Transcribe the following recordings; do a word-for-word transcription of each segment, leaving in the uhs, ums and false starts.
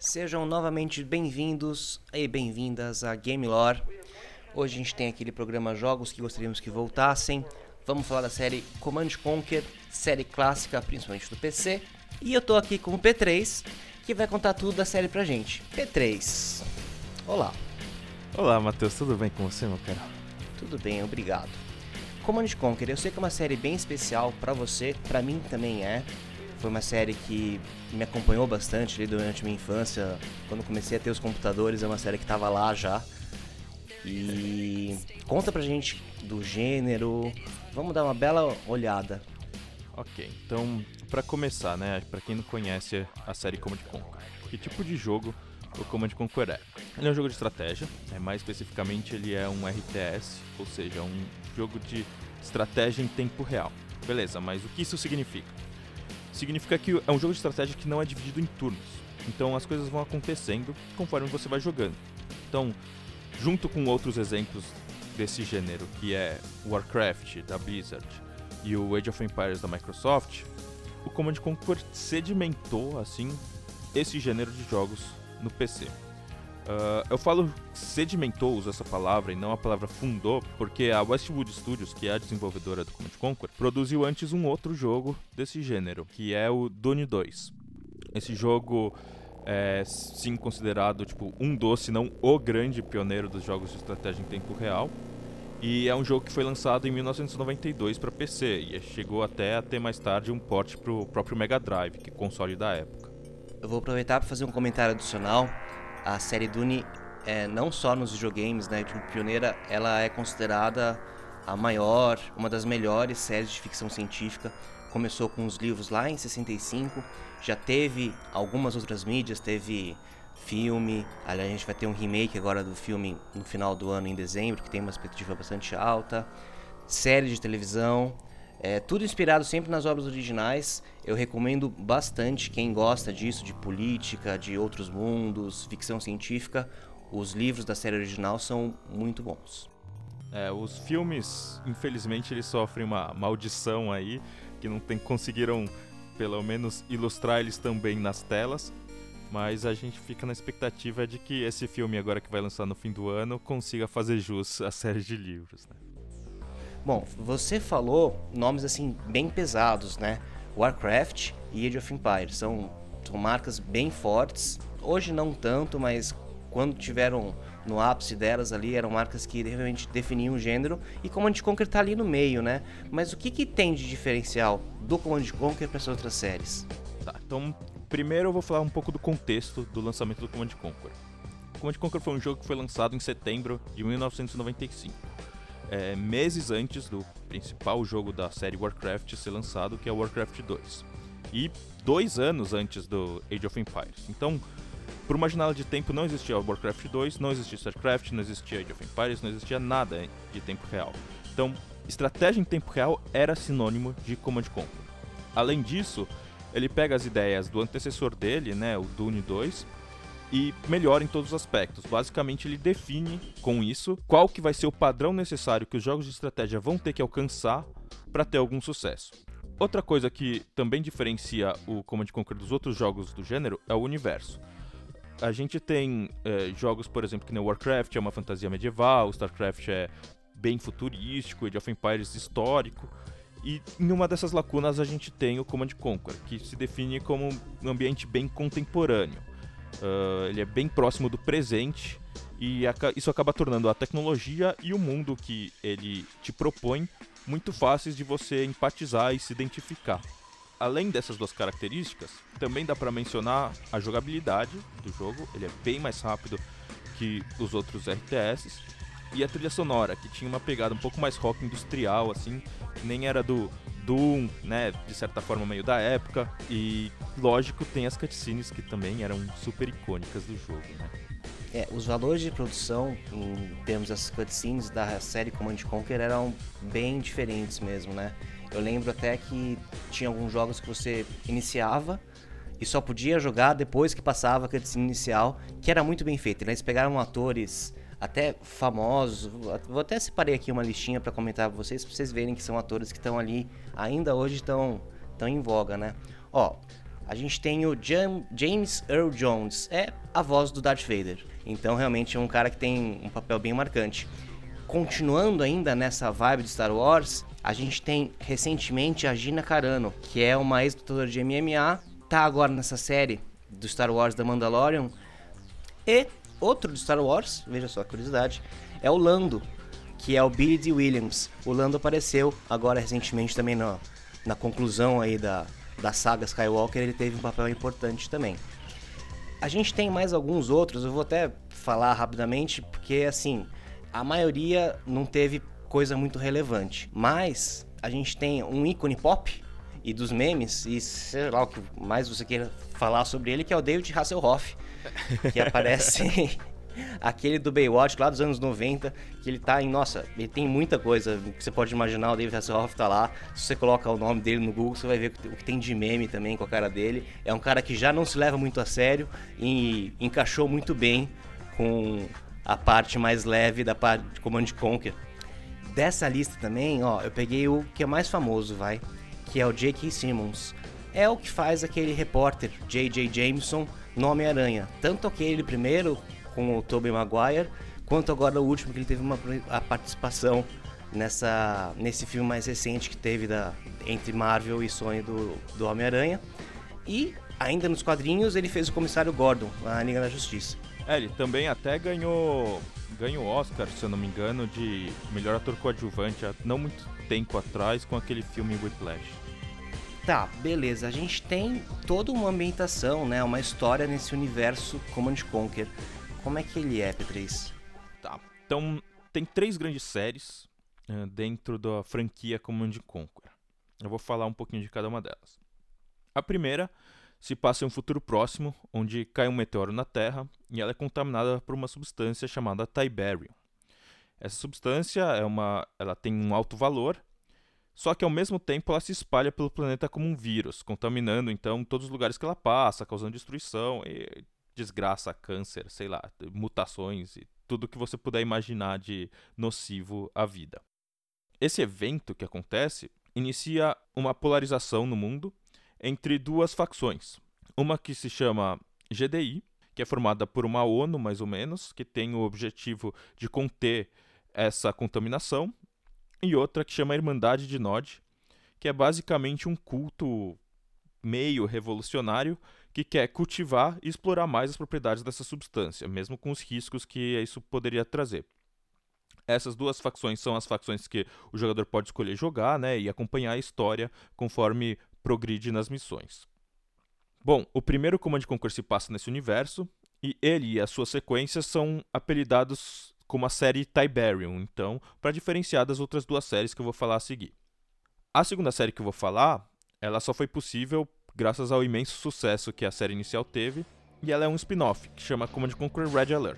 Sejam novamente bem-vindos e bem-vindas a Game Lore. Hoje a gente tem aquele programa Jogos que gostaríamos que voltassem. Vamos falar da série Command and Conquer, série clássica, principalmente do P C. E eu tô aqui com o P três, que vai contar tudo da série pra gente. P três, olá. Olá, Matheus, tudo bem com você, meu cara? Tudo bem, obrigado. Command and Conquer, eu sei que é uma série bem especial pra você, pra mim também é. Foi uma série que me acompanhou bastante ali durante minha infância. Quando comecei a ter os computadores, é uma série que estava lá já. E conta pra gente do gênero. Vamos dar uma bela olhada. Ok, então, pra começar, né, pra quem não conhece a série Command and Conquer, que tipo de jogo o Command and Conquer é? Ele é um jogo de estratégia, né, mais especificamente ele é um R T S, ou seja, um jogo de estratégia em tempo real. Beleza, mas o que isso significa? Significa que é um jogo de estratégia que não é dividido em turnos. Então as coisas vão acontecendo conforme você vai jogando. Então, junto com outros exemplos desse gênero, que é Warcraft, da Blizzard, e o Age of Empires, da Microsoft, o Command and Conquer sedimentou, assim, esse gênero de jogos no P C. Uh, eu falo sedimentou, uso essa palavra e não a palavra fundou, porque a Westwood Studios, que é a desenvolvedora do Command and Conquer, produziu antes um outro jogo desse gênero, que é o Dune dois. Esse jogo é sim considerado tipo um dos, se não o grande pioneiro dos jogos de estratégia em tempo real, e é um jogo que foi lançado em mil novecentos e noventa e dois para P C e chegou até a ter mais tarde um port para o próprio Mega Drive, que é o console da época. Eu vou aproveitar para fazer um comentário adicional. A série Dune, é, não só nos videogames, né, de pioneira, ela é considerada a maior, uma das melhores séries de ficção científica. Começou com os livros lá em sessenta e cinco, já teve algumas outras mídias, teve filme, aliás, a gente vai ter um remake agora do filme no final do ano, em dezembro, que tem uma expectativa bastante alta, série de televisão. É, tudo inspirado sempre nas obras originais. Eu recomendo bastante quem gosta disso, de política, de outros mundos, ficção científica. Os livros da série original são muito bons. É, os filmes, infelizmente, eles sofrem uma maldição aí, que não tem, conseguiram, pelo menos, ilustrar eles também nas telas. Mas a gente fica na expectativa de que esse filme, agora que vai lançar no fim do ano, consiga fazer jus à série de livros, né? Bom, você falou nomes assim bem pesados, né? Warcraft e Age of Empires são, são marcas bem fortes. Hoje não tanto, mas quando tiveram no ápice delas ali, eram marcas que realmente definiam o gênero. E Command and Conquer tá ali no meio, né? Mas o que, que tem de diferencial do Command and Conquer para essas outras séries? Tá, então primeiro eu vou falar um pouco do contexto do lançamento do Command and Conquer. O Command and Conquer foi um jogo que foi lançado em setembro de mil novecentos e noventa e cinco. É, meses antes do principal jogo da série Warcraft ser lançado, que é o Warcraft dois. E dois anos antes do Age of Empires. Então, por uma janela de tempo, não existia o Warcraft dois, não existia StarCraft, não existia Age of Empires, não existia nada de tempo real. Então, estratégia em tempo real era sinônimo de Command and Conquer. Além disso, ele pega as ideias do antecessor dele, né, o Dune dois, e melhora em todos os aspectos. Basicamente, ele define com isso qual que vai ser o padrão necessário que os jogos de estratégia vão ter que alcançar para ter algum sucesso. Outra coisa que também diferencia o Command and Conquer dos outros jogos do gênero é o universo. A gente tem é, jogos, por exemplo, que nem Warcraft é uma fantasia medieval, StarCraft é bem futurístico, Age of Empires histórico. E em uma dessas lacunas a gente tem o Command and Conquer, que se define como um ambiente bem contemporâneo. Uh, ele é bem próximo do presente e aca- isso acaba tornando a tecnologia e o mundo que ele te propõe muito fáceis de você empatizar e se identificar. Além dessas duas características, também dá para mencionar a jogabilidade do jogo. Ele é bem mais rápido que os outros R T S. E a trilha sonora, que tinha uma pegada um pouco mais rock industrial, assim, que nem era do Doom, né, de certa forma meio da época. E, lógico, tem as cutscenes que também eram super icônicas do jogo, né? É, os valores de produção, em termos das cutscenes da série Command and Conquer, eram bem diferentes mesmo, né? Eu lembro até que tinha alguns jogos que você iniciava e só podia jogar depois que passava a cutscene inicial, que era muito bem feito. Eles pegaram atores até famosos, vou até separei aqui uma listinha para comentar para vocês, para vocês verem que são atores que estão ali, ainda hoje estão, estão em voga, né? Ó, a gente tem o Jam- James Earl Jones, é a voz do Darth Vader. Então realmente é um cara que tem um papel bem marcante. Continuando ainda nessa vibe de Star Wars, a gente tem recentemente a Gina Carano, que é uma ex-lutadora de M M A, tá agora nessa série do Star Wars da Mandalorian. E outro de Star Wars, veja só a curiosidade, é o Lando, que é o Billy Dee Williams. O Lando apareceu agora recentemente também na, na conclusão aí da, da saga Skywalker, ele teve um papel importante também. A gente tem mais alguns outros, eu vou até falar rapidamente, porque assim, a maioria não teve coisa muito relevante. Mas a gente tem um ícone pop e dos memes, e sei lá o que mais você queira falar sobre ele, que é o David Hasselhoff, que aparece... Aquele do Baywatch lá dos anos noventa, que ele tá em, nossa, ele tem muita coisa que você pode imaginar, o David Hasselhoff tá lá. Se você coloca o nome dele no Google, você vai ver o que tem de meme também com a cara dele. É um cara que já não se leva muito a sério e encaixou muito bem com a parte mais leve da parte de Command and Conquer. Dessa lista também, ó, eu peguei o que é mais famoso, vai, que é o J K. Simmons. É o que faz aquele repórter J J. Jameson no Homem-Aranha. Tanto aquele primeiro com o Tobey Maguire, quanto agora o último que ele teve uma a participação nessa, nesse filme mais recente que teve da, entre Marvel e Sony do, do Homem-Aranha. E ainda nos quadrinhos ele fez o Comissário Gordon na Liga da Justiça. É, ele também até ganhou ganhou Oscar, se eu não me engano, de melhor ator coadjuvante há não muito tempo atrás com aquele filme Whiplash. Tá, beleza. A gente tem toda uma ambientação, né, uma história nesse universo Command and Conquer. Como é que ele é, P três? Tá, então tem três grandes séries uh, dentro da franquia Command and Conquer. Eu vou falar um pouquinho de cada uma delas. A primeira se passa em um futuro próximo, onde cai um meteoro na Terra e ela é contaminada por uma substância chamada Tiberium. Essa substância é uma, ela tem um alto valor, só que ao mesmo tempo ela se espalha pelo planeta como um vírus, contaminando então todos os lugares que ela passa, causando destruição e desgraça, câncer, sei lá, mutações e tudo que você puder imaginar de nocivo à vida. Esse evento que acontece inicia uma polarização no mundo entre duas facções. Uma que se chama G D I, que é formada por uma ONU, mais ou menos, que tem o objetivo de conter essa contaminação, e outra que chama Irmandade de Nod, que é basicamente um culto meio revolucionário que quer cultivar e explorar mais as propriedades dessa substância, mesmo com os riscos que isso poderia trazer. Essas duas facções são as facções que o jogador pode escolher jogar, né, e acompanhar a história conforme progride nas missões. Bom, o primeiro Command and Conquer se passa nesse universo, e ele e as suas sequências são apelidados como a série Tiberium, então, para diferenciar das outras duas séries que eu vou falar a seguir. A segunda série que eu vou falar, ela só foi possível graças ao imenso sucesso que a série inicial teve, e ela é um spin-off, que chama Command and Conquer Red Alert.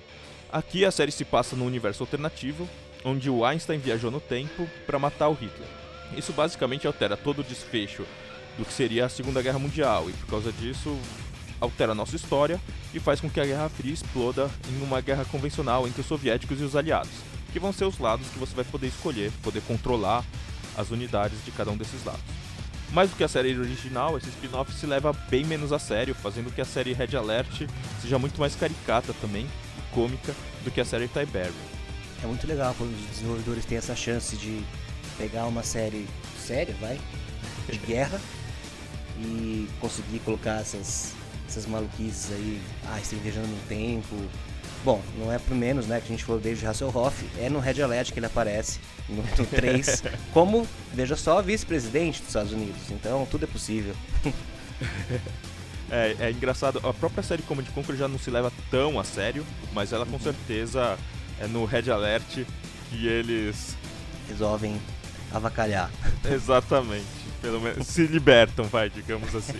Aqui a série se passa num universo alternativo, onde o Einstein viajou no tempo para matar o Hitler. Isso basicamente altera todo o desfecho do que seria a Segunda Guerra Mundial, e por causa disso altera a nossa história e faz com que a Guerra Fria exploda em uma guerra convencional entre os soviéticos e os aliados, que vão ser os lados que você vai poder escolher, poder controlar as unidades de cada um desses lados. Mais do que a série original, esse spin-off se leva bem menos a sério, fazendo que a série Red Alert seja muito mais caricata também, e cômica, do que a série Tiberium. É muito legal quando os desenvolvedores têm essa chance de pegar uma série séria, vai, de guerra, e conseguir colocar essas, essas maluquices aí, ah, estão viajando no tempo. Bom, não é por menos, né, que a gente falou David Hasselhoff, é no Red Alert que ele aparece, no, no três, como, veja só, vice-presidente dos Estados Unidos, então tudo é possível. é, é engraçado, a própria série Command and Conquer já não se leva tão a sério, mas ela com certeza é no Red Alert que eles... resolvem avacalhar. Exatamente, pelo menos se libertam, vai, digamos assim.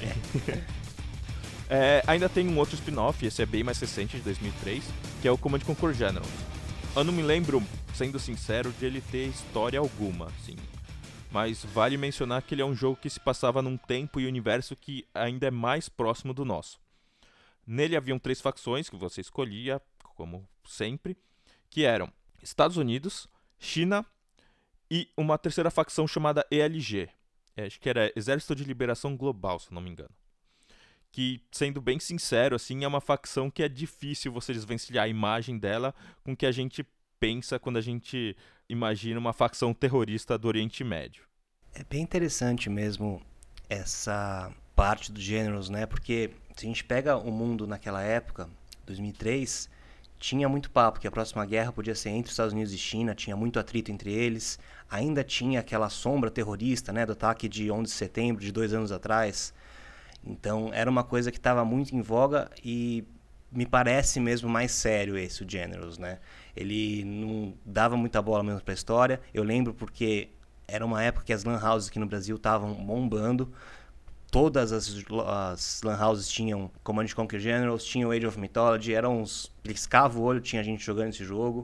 É, ainda tem um outro spin-off, esse é bem mais recente, de dois mil e três, que é o Command and Conquer Generals. Eu não me lembro, sendo sincero, de ele ter história alguma, assim. Mas vale mencionar que ele é um jogo que se passava num tempo e universo que ainda é mais próximo do nosso. Nele haviam três facções que você escolhia, como sempre, que eram Estados Unidos, China e uma terceira facção chamada E L G. É, acho que era Exército de Liberação Global, se não me engano. que, sendo bem sincero, assim, é uma facção que é difícil você desvencilhar a imagem dela com o que a gente pensa quando a gente imagina uma facção terrorista do Oriente Médio. É bem interessante mesmo essa parte do Generals, né? Porque se a gente pega o mundo naquela época, dois mil e três, tinha muito papo que a próxima guerra podia ser entre os Estados Unidos e China, tinha muito atrito entre eles, ainda tinha aquela sombra terrorista, né, do ataque de onze de setembro de dois anos atrás. Então era uma coisa que estava muito em voga e me parece mesmo mais sério esse, o Generals, né? Ele não dava muita bola mesmo para a história. Eu lembro porque era uma época que as lan houses aqui no Brasil estavam bombando. Todas as, as lan houses tinham Command and Conquer Generals, tinham Age of Mythology, eram uns... piscava o olho, tinha gente jogando esse jogo.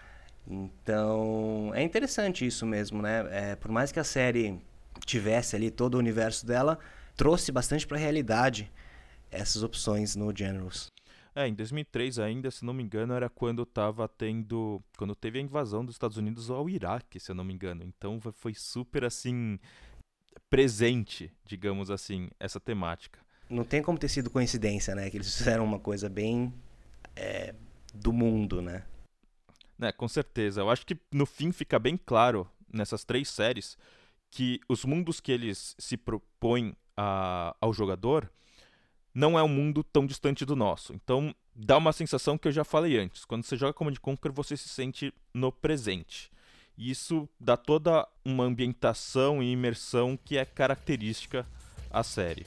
Então, é interessante isso mesmo, né? É, por mais que a série tivesse ali todo o universo dela, trouxe bastante para a realidade essas opções no Generals. É, em dois mil e três ainda, se não me engano, era quando tava tendo... Quando teve a invasão dos Estados Unidos ao Iraque, se eu não me engano. Então foi super, assim... presente, digamos assim, essa temática. Não tem como ter sido coincidência, né? Que eles fizeram uma coisa bem é, do mundo, né? É, com certeza. Eu acho que no fim fica bem claro nessas três séries que os mundos que eles se propõem a, ao jogador não é um mundo tão distante do nosso. Então dá uma sensação que eu já falei antes. Quando você joga Command and Conquer, você se sente no presente. E isso dá toda uma ambientação e imersão que é característica à série.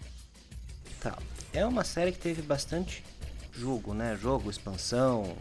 Tá. É uma série que teve bastante jogo, né? Jogo, expansão.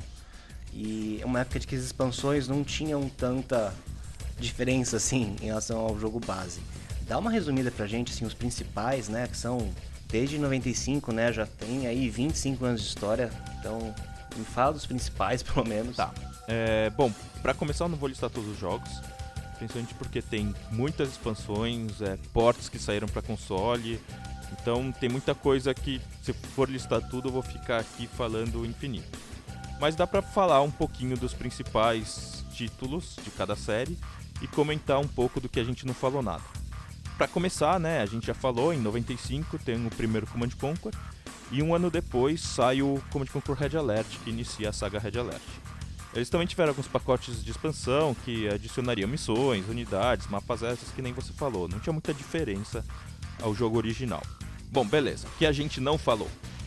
E é uma época de que as expansões não tinham tanta diferença assim em relação ao jogo base. Dá uma resumida pra gente, assim, os principais, né? Que são desde noventa e cinco, né? Já tem aí vinte e cinco anos de história. Então, me fala dos principais, pelo menos. Tá. É, bom, pra começar eu não vou listar todos os jogos, principalmente porque tem muitas expansões, é, ports que saíram pra console, então tem muita coisa que, se for listar tudo, eu vou ficar aqui falando infinito. Mas dá pra falar um pouquinho dos principais títulos de cada série e comentar um pouco do que a gente não falou nada. Pra começar, né, a gente já falou, em noventa e cinco tem o primeiro Command and Conquer, e um ano depois sai o Command and Conquer Red Alert, que inicia a saga Red Alert. Eles também tiveram alguns pacotes de expansão que adicionariam missões, unidades, mapas extras, que nem você falou. Não tinha muita diferença ao jogo original. Bom, beleza. O que a gente não falou?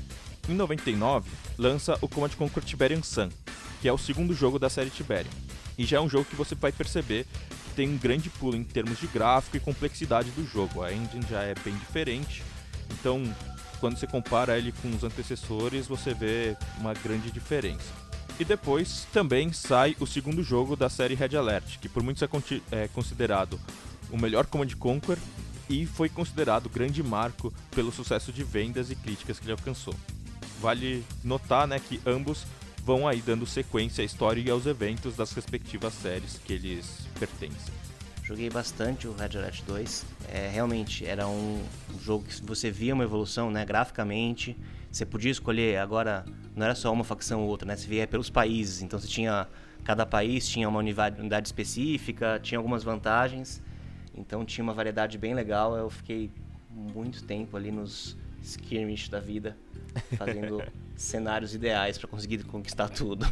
Em noventa e nove, lança o Command and Conquer Tiberian Sun, que é o segundo jogo da série Tiberium. E já é um jogo que você vai perceber que tem um grande pulo em termos de gráfico e complexidade do jogo. A engine já é bem diferente, então quando você compara ele com os antecessores, você vê uma grande diferença. E depois também sai o segundo jogo da série Red Alert, que por muitos é, con- é considerado o melhor Command and Conquer e foi considerado grande marco pelo sucesso de vendas e críticas que ele alcançou. Vale notar, né, que ambos vão aí dando sequência à história e aos eventos das respectivas séries que eles pertencem. Joguei bastante o Red Alert dois. É, realmente era um jogo que você via uma evolução, né, graficamente. Você podia escolher, agora não era só uma facção ou outra, né? Você via pelos países, então você tinha, cada país tinha uma unidade específica, tinha algumas vantagens, então tinha uma variedade bem legal. Eu fiquei muito tempo ali nos skirmish da vida, fazendo cenários ideais para conseguir conquistar tudo.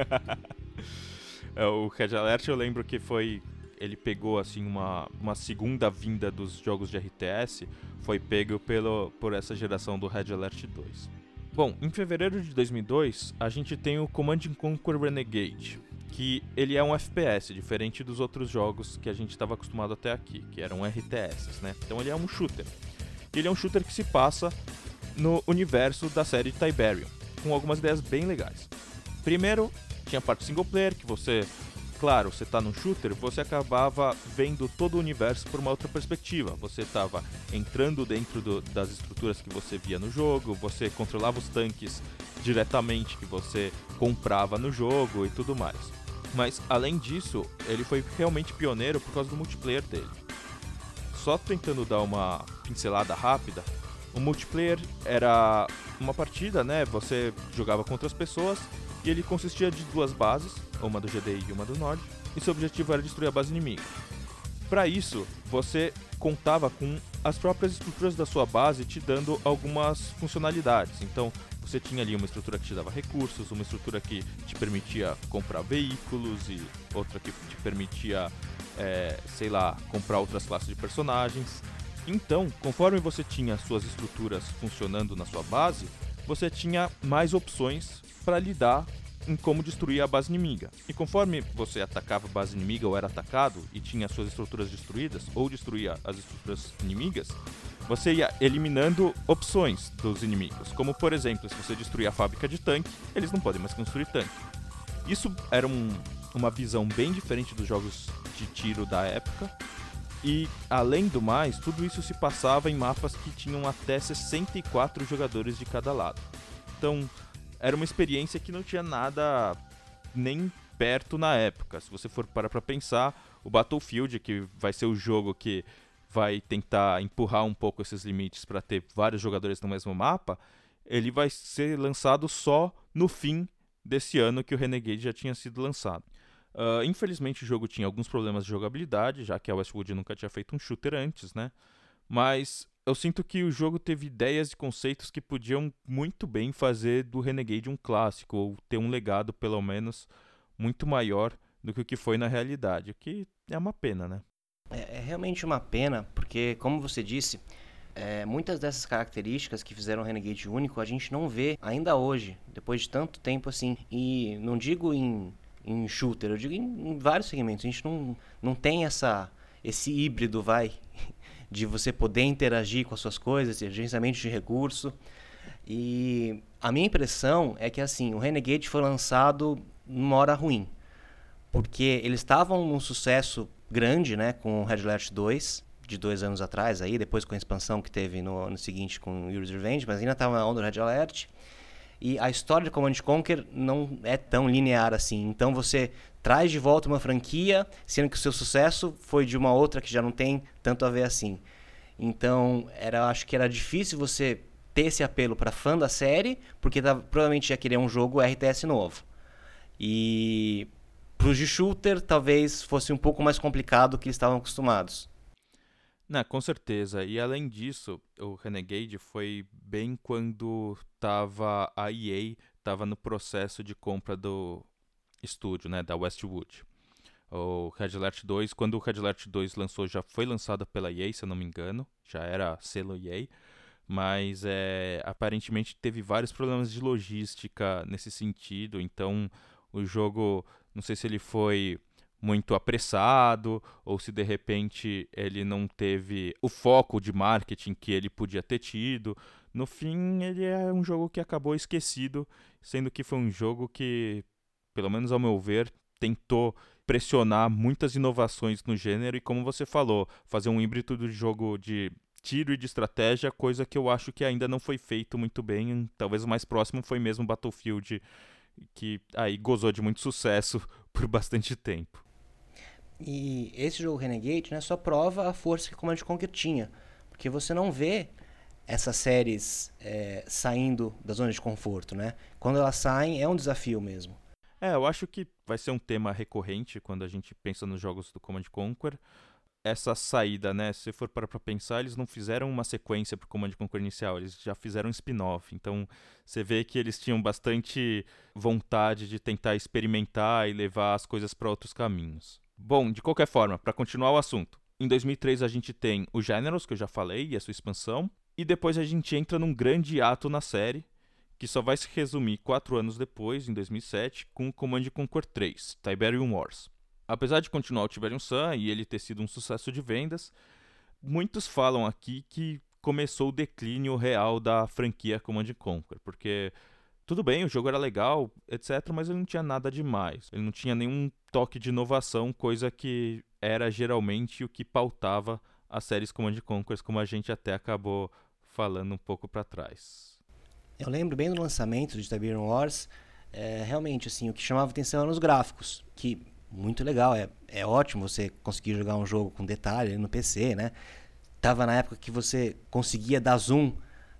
É, o Red Alert eu lembro que foi... Ele pegou assim uma, uma segunda vinda dos jogos de R T S, foi pego pelo, por essa geração do Red Alert dois. Bom, em fevereiro de dois mil e dois, a gente tem o Command and Conquer Renegade, que ele é um F P S, diferente dos outros jogos que a gente estava acostumado até aqui, que eram R T S, né? Então ele é um shooter. Ele é um shooter que se passa no universo da série Tiberium, com algumas ideias bem legais. Primeiro, tinha a parte single player, que você... Claro, você tá num shooter, você acabava vendo todo o universo por uma outra perspectiva. Você estava entrando dentro do, das estruturas que você via no jogo, você controlava os tanques diretamente que você comprava no jogo e tudo mais. Mas, além disso, ele foi realmente pioneiro por causa do multiplayer dele. Só tentando dar uma pincelada rápida, o multiplayer era uma partida, né? Você jogava com outras pessoas e ele consistia de duas bases, uma do G D I e uma do Nord, e seu objetivo era destruir a base inimiga. para isso, você contava com as próprias estruturas da sua base te dando algumas funcionalidades. Então, você tinha ali uma estrutura que te dava recursos, uma estrutura que te permitia comprar veículos e outra que te permitia, é, sei lá, comprar outras classes de personagens. Então, conforme você tinha suas estruturas funcionando na sua base, você tinha mais opções para lidar em como destruir a base inimiga. E conforme você atacava a base inimiga ou era atacado e tinha suas estruturas destruídas ou destruía as estruturas inimigas, você ia eliminando opções dos inimigos. Como, por exemplo, se você destruir a fábrica de tanque, eles não podem mais construir tanque. Isso era um, uma visão bem diferente dos jogos de tiro da época. E, além do mais, tudo isso se passava em mapas que tinham até sessenta e quatro jogadores de cada lado. Então, era uma experiência que não tinha nada nem perto na época. Se você for parar pra pensar, o Battlefield, que vai ser o jogo que vai tentar empurrar um pouco esses limites para ter vários jogadores no mesmo mapa, ele vai ser lançado só no fim desse ano que o Renegade já tinha sido lançado. Uh, infelizmente o jogo tinha alguns problemas de jogabilidade, já que a Westwood nunca tinha feito um shooter antes, né? Mas eu sinto que o jogo teve ideias e conceitos que podiam muito bem fazer do Renegade um clássico, ou ter um legado, pelo menos, muito maior do que o que foi na realidade, o que é uma pena, né? É, é realmente uma pena, porque, como você disse, é, muitas dessas características que fizeram o Renegade único, a gente não vê ainda hoje, depois de tanto tempo assim. E não digo em, em shooter, eu digo em, em vários segmentos. A gente não, não tem essa, esse híbrido, vai, de você poder interagir com as suas coisas, gerenciamento de recurso. E a minha impressão é que, assim, o Renegade foi lançado numa hora ruim, porque eles estavam num sucesso grande, né, com o Red Alert dois, de dois anos atrás, aí, depois com a expansão que teve no ano seguinte com Yuri's Revenge, mas ainda estava na onda do Red Alert. E a história de Command and Conquer não é tão linear assim. Então você traz de volta uma franquia, sendo que o seu sucesso foi de uma outra que já não tem tanto a ver assim. Então, era, acho que era difícil você ter esse apelo para fã da série, porque tava, provavelmente ia querer um jogo R T S novo. E para os de shooter, talvez fosse um pouco mais complicado do que eles estavam acostumados. Não, com certeza. E além disso, o Renegade foi bem quando tava a E A estava no processo de compra do estúdio, né, da Westwood. O Red Alert dois, quando o Red Alert dois lançou, já foi lançado pela E A, se eu não me engano, já era selo E A, mas é, aparentemente teve vários problemas de logística nesse sentido, então o jogo, não sei se ele foi muito apressado, ou se de repente ele não teve o foco de marketing que ele podia ter tido. No fim, ele é um jogo que acabou esquecido, sendo que foi um jogo que, pelo menos ao meu ver, tentou pressionar muitas inovações no gênero e, como você falou, fazer um híbrido de jogo de tiro e de estratégia, coisa que eu acho que ainda não foi feito muito bem. Talvez o mais próximo foi mesmo Battlefield, que aí gozou de muito sucesso por bastante tempo. E esse jogo Renegade, né, só prova a força que o Command and Conquer tinha, porque você não vê essas séries é, saindo da zona de conforto, né? Quando elas saem, é um desafio mesmo. É, eu acho que vai ser um tema recorrente quando a gente pensa nos jogos do Command and Conquer. Essa saída, né? Se for parar pra pensar, eles não fizeram uma sequência pro Command and Conquer inicial, eles já fizeram um spin-off. Então, você vê que eles tinham bastante vontade de tentar experimentar e levar as coisas para outros caminhos. Bom, de qualquer forma, para continuar o assunto, em dois mil e três a gente tem o Generals, que eu já falei, e a sua expansão, e depois a gente entra num grande ato na série, que só vai se resumir quatro anos depois, em dois mil e sete, com o Command and Conquer três, Tiberium Wars. Apesar de continuar o Tiberium Sun e ele ter sido um sucesso de vendas, muitos falam aqui que começou o declínio real da franquia Command and Conquer, porque tudo bem, o jogo era legal, etcétera, mas ele não tinha nada demais. Ele não tinha nenhum toque de inovação, coisa que era geralmente o que pautava as séries Command and Conquer, como a gente até acabou falando um pouco para trás. Eu lembro bem do lançamento de Tiberium Wars, é, realmente, assim, o que chamava atenção eram os gráficos, que muito legal, é, é ótimo você conseguir jogar um jogo com detalhe no P C, né? Tava na época que você conseguia dar zoom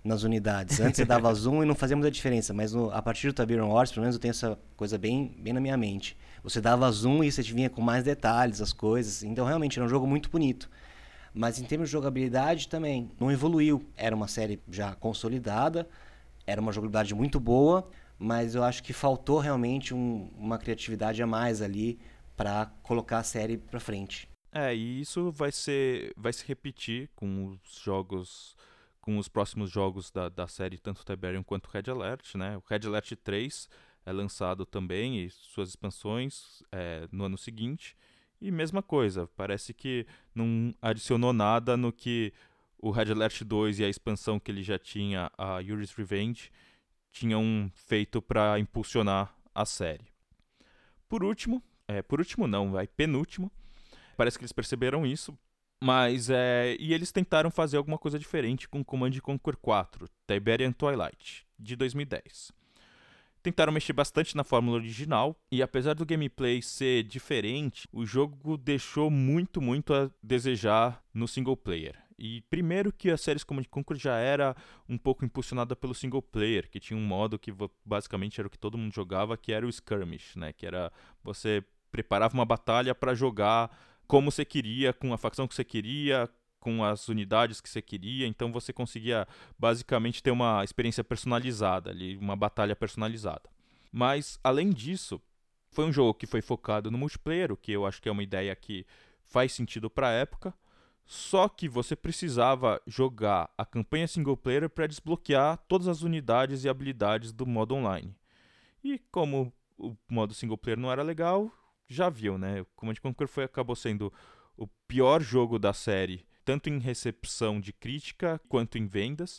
nas unidades. Antes você dava zoom e não fazia muita diferença, mas no, a partir do Tiberium Wars, pelo menos eu tenho essa coisa bem, bem na minha mente. Você dava zoom e você vinha com mais detalhes, as coisas. Então, realmente, era um jogo muito bonito. Mas em termos de jogabilidade também, não evoluiu. Era uma série já consolidada, era uma jogabilidade muito boa, mas eu acho que faltou realmente um, uma criatividade a mais ali para colocar a série para frente. É, e isso vai ser, vai se repetir com os jogos, com os próximos jogos da, da série, tanto Tiberium quanto Red Alert, né? O Red Alert três é lançado também, e suas expansões é, no ano seguinte. E mesma coisa, parece que não adicionou nada no que o Red Alert dois e a expansão que ele já tinha, a Yuri's Revenge, tinham feito para impulsionar a série. Por último, é, por último não, vai, penúltimo, parece que eles perceberam isso, mas é, e eles tentaram fazer alguma coisa diferente com Command and Conquer quatro, Tiberium Twilight, de dois mil e dez. Tentaram mexer bastante na fórmula original, e apesar do gameplay ser diferente, o jogo deixou muito, muito a desejar no single player. E primeiro que a série Command and Conquer já era um pouco impulsionada pelo single player, que tinha um modo que basicamente era o que todo mundo jogava, que era o Skirmish, né? Que era você preparava uma batalha para jogar como você queria, com a facção que você queria, com as unidades que você queria, então você conseguia basicamente ter uma experiência personalizada ali, uma batalha personalizada. Mas, além disso, foi um jogo que foi focado no multiplayer, o que eu acho que é uma ideia que faz sentido para a época, só que você precisava jogar a campanha single player para desbloquear todas as unidades e habilidades do modo online. E como o modo single player não era legal, já viu, né? O Command and Conquer foi, acabou sendo o pior jogo da série, tanto em recepção de crítica quanto em vendas,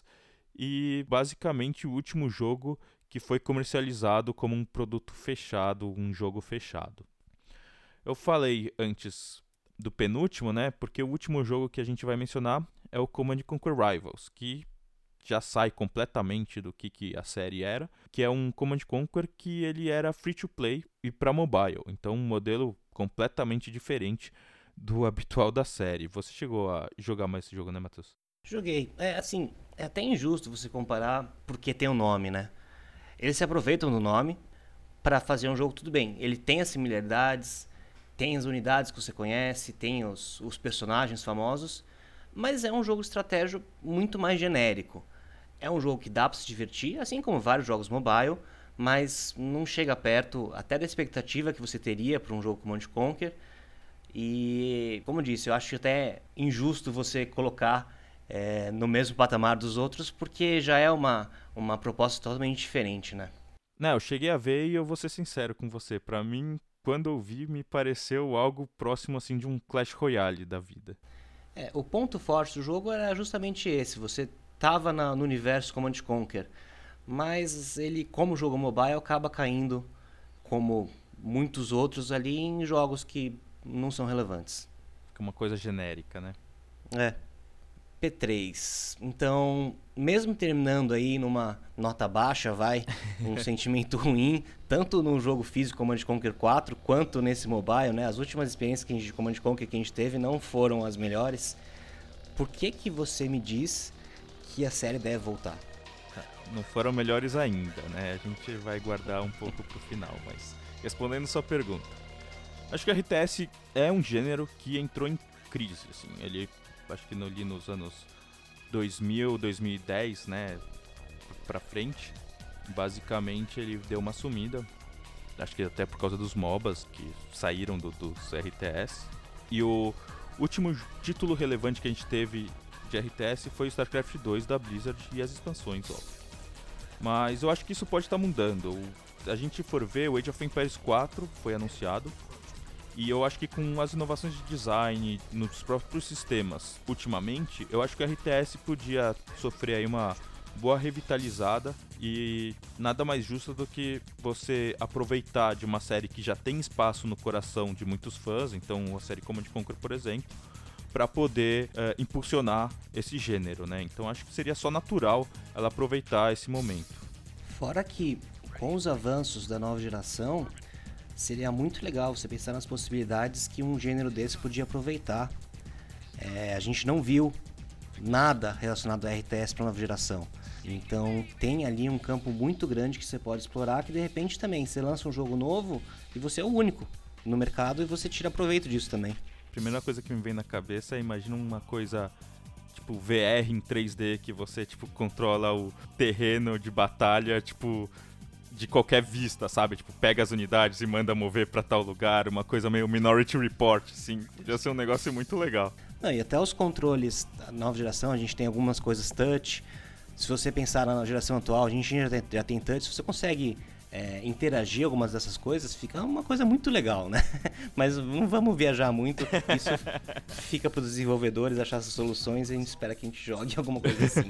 e basicamente o último jogo que foi comercializado como um produto fechado, um jogo fechado. Eu falei antes do penúltimo, né? Porque o último jogo que a gente vai mencionar é o Command and Conquer Rivals, que já sai completamente do que, que a série era, que é um Command and Conquer que ele era free to play e para mobile, então um modelo completamente diferente do habitual da série. Você chegou a jogar mais esse jogo, né, Matheus? Joguei. É, assim, é até injusto você comparar porque tem um nome, né? Eles se aproveitam do nome para fazer um jogo, tudo bem. Ele tem as similaridades, tem as unidades que você conhece, tem os, os personagens famosos, mas é um jogo de estratégia muito mais genérico. É um jogo que dá para se divertir, assim como vários jogos mobile, mas não chega perto até da expectativa que você teria para um jogo como Command and Conquer. E, como eu disse, eu acho até injusto você colocar é, no mesmo patamar dos outros, porque já é uma, uma proposta totalmente diferente, né? Não, eu cheguei a ver e eu vou ser sincero com você. Pra mim, quando eu vi, me pareceu algo próximo assim de um Clash Royale da vida. É, o ponto forte do jogo era justamente esse. Você estava no universo Command and Conquer, mas ele, como jogo mobile, acaba caindo, como muitos outros ali, em jogos que não são relevantes. Fica uma coisa genérica, né? É. P três. Então, mesmo terminando aí numa nota baixa, vai, um sentimento ruim, tanto no jogo físico Command and Conquer quatro, quanto nesse mobile, né? As últimas experiências que a gente, de Command and Conquer que a gente teve não foram as melhores. Por que que você me diz que a série deve voltar? Não foram melhores ainda, né? A gente vai guardar um pouco pro final, mas respondendo sua pergunta. Acho que o R T S é um gênero que entrou em crise, assim. Ele, acho que ali nos anos dois mil, dois mil e dez, né, pra frente, basicamente ele deu uma sumida. Acho que até por causa dos MOBAs que saíram do, dos R T S. E o último título relevante que a gente teve de R T S foi o StarCraft dois da Blizzard e as expansões, óbvio. Mas eu acho que isso pode estar mudando. Se a gente for ver, o Age of Empires quatro foi anunciado. E eu acho que com as inovações de design nos próprios sistemas, ultimamente, eu acho que o R T S podia sofrer aí uma boa revitalizada e nada mais justo do que você aproveitar de uma série que já tem espaço no coração de muitos fãs, então a série Command and Conquer, por exemplo, para poder uh, impulsionar esse gênero, né? Então acho que seria só natural ela aproveitar esse momento. Fora que, com os avanços da nova geração, seria muito legal você pensar nas possibilidades que um gênero desse podia aproveitar. É, a gente não viu nada relacionado a R T S para a nova geração. Então tem ali um campo muito grande que você pode explorar, que de repente também você lança um jogo novo e você é o único no mercado e você tira proveito disso também. Primeira coisa que me vem na cabeça é, imagina uma coisa tipo V R em três D, que você tipo controla o terreno de batalha, tipo, de qualquer vista, sabe? Tipo, pega as unidades e manda mover pra tal lugar, uma coisa meio Minority Report, assim. Podia ser um negócio muito legal. Não, e até os controles da nova geração, a gente tem algumas coisas touch. Se você pensar na geração atual, a gente já tem, já tem touch, se você consegue é, interagir algumas dessas coisas, fica uma coisa muito legal, né? Mas não vamos viajar muito, isso fica para os desenvolvedores achar essas soluções e a gente espera que a gente jogue alguma coisa assim.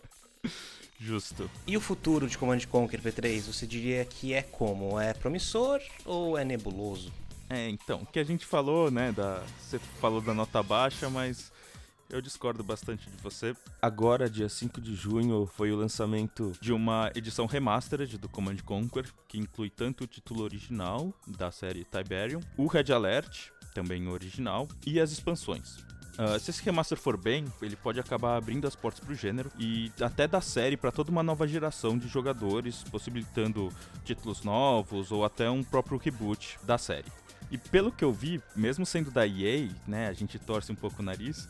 Justo. E o futuro de Command and Conquer P três, você diria que é como? É promissor ou é nebuloso? É, então, o que a gente falou, né, da, você falou da nota baixa, mas eu discordo bastante de você. Agora, dia cinco de junho, foi o lançamento de uma edição remastered do Command and Conquer, que inclui tanto o título original da série Tiberium, o Red Alert, também o original, e as expansões. Uh, se esse remaster for bem, ele pode acabar abrindo as portas para o gênero e até da série para toda uma nova geração de jogadores, possibilitando títulos novos ou até um próprio reboot da série. E pelo que eu vi, mesmo sendo da E A, né, a gente torce um pouco o nariz,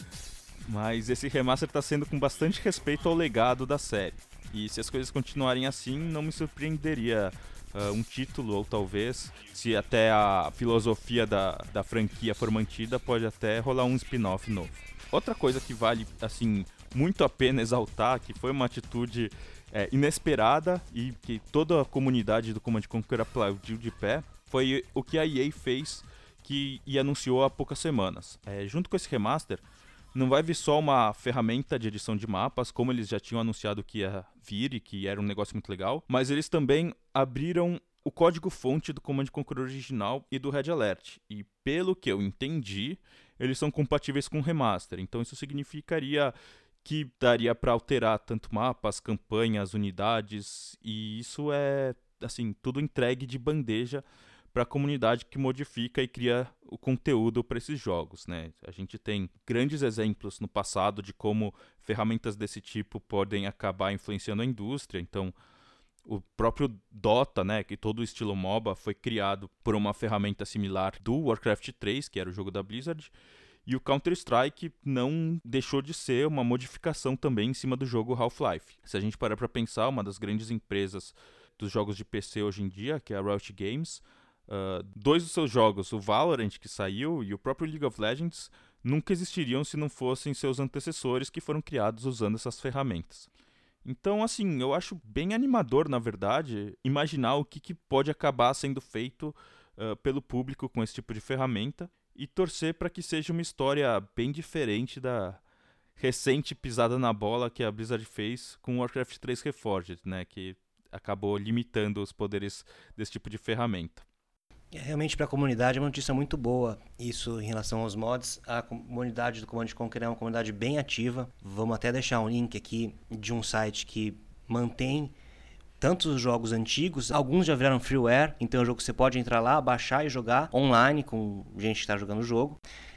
mas esse remaster está sendo com bastante respeito ao legado da série. E se as coisas continuarem assim, não me surpreenderia uh, um título, ou talvez, se até a filosofia da, da franquia for mantida, pode até rolar um spin-off novo. Outra coisa que vale, assim, muito a pena exaltar, que foi uma atitude é, inesperada e que toda a comunidade do Command and Conquer aplaudiu de pé, foi o que a E A fez que, e anunciou há poucas semanas. É, junto com esse remaster, não vai vir só uma ferramenta de edição de mapas, como eles já tinham anunciado que ia vir e que era um negócio muito legal, mas eles também abriram o código-fonte do Command and Conquer original e do Red Alert. E pelo que eu entendi, eles são compatíveis com o remaster. Então isso significaria que daria para alterar tanto mapas, campanhas, unidades, e isso é, assim, tudo entregue de bandeja para a comunidade que modifica e cria o conteúdo para esses jogos, né? A gente tem grandes exemplos no passado de como ferramentas desse tipo podem acabar influenciando a indústria. Então, o próprio Dota, né, que todo o estilo MOBA foi criado por uma ferramenta similar do Warcraft três, que era o jogo da Blizzard, e o Counter-Strike não deixou de ser uma modificação também em cima do jogo Half-Life. Se a gente parar para pensar, uma das grandes empresas dos jogos de P C hoje em dia, que é a Riot Games, Uh, dois dos seus jogos, o Valorant que saiu e o próprio League of Legends, nunca existiriam se não fossem seus antecessores que foram criados usando essas ferramentas. Então, assim, eu acho bem animador, na verdade, imaginar o que, que pode acabar sendo feito uh, pelo público com esse tipo de ferramenta e torcer para que seja uma história bem diferente da recente pisada na bola que a Blizzard fez com o Warcraft três Reforged, né, que acabou limitando os poderes desse tipo de ferramenta. É, realmente, para a comunidade é uma notícia muito boa isso em relação aos mods. A comunidade do Command and Conquer é uma comunidade bem ativa. Vamos até deixar um link aqui de um site que mantém tantos os jogos antigos, alguns já viraram freeware, então é um jogo que você pode entrar lá, baixar e jogar online com gente que está jogando o jogo.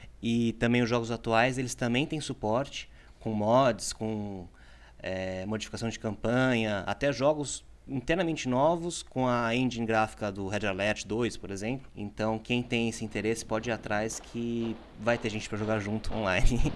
E também os jogos atuais, eles também têm suporte com mods, com é, modificação de campanha, até jogos internamente novos com a engine gráfica do Red Alert dois, por exemplo. Então quem tem esse interesse pode ir atrás, que vai ter gente para jogar junto online.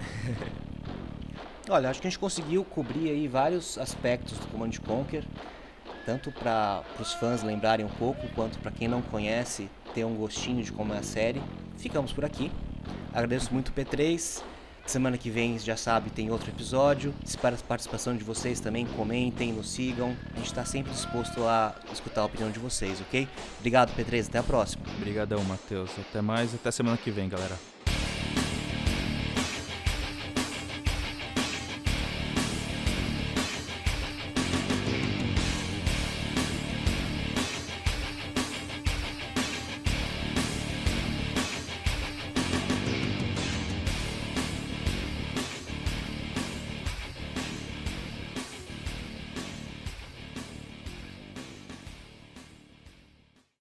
Olha, acho que a gente conseguiu cobrir aí vários aspectos do Command and Conquer, tanto para os fãs lembrarem um pouco, quanto para quem não conhece ter um gostinho de como é a série. Ficamos por aqui. Agradeço muito o P três. Semana que vem, já sabe, tem outro episódio. Espero a participação de vocês também. Comentem, nos sigam. A gente está sempre disposto a escutar a opinião de vocês, ok? Obrigado, P três. Até a próxima. Obrigadão, Matheus. Até mais. Até semana que vem, galera.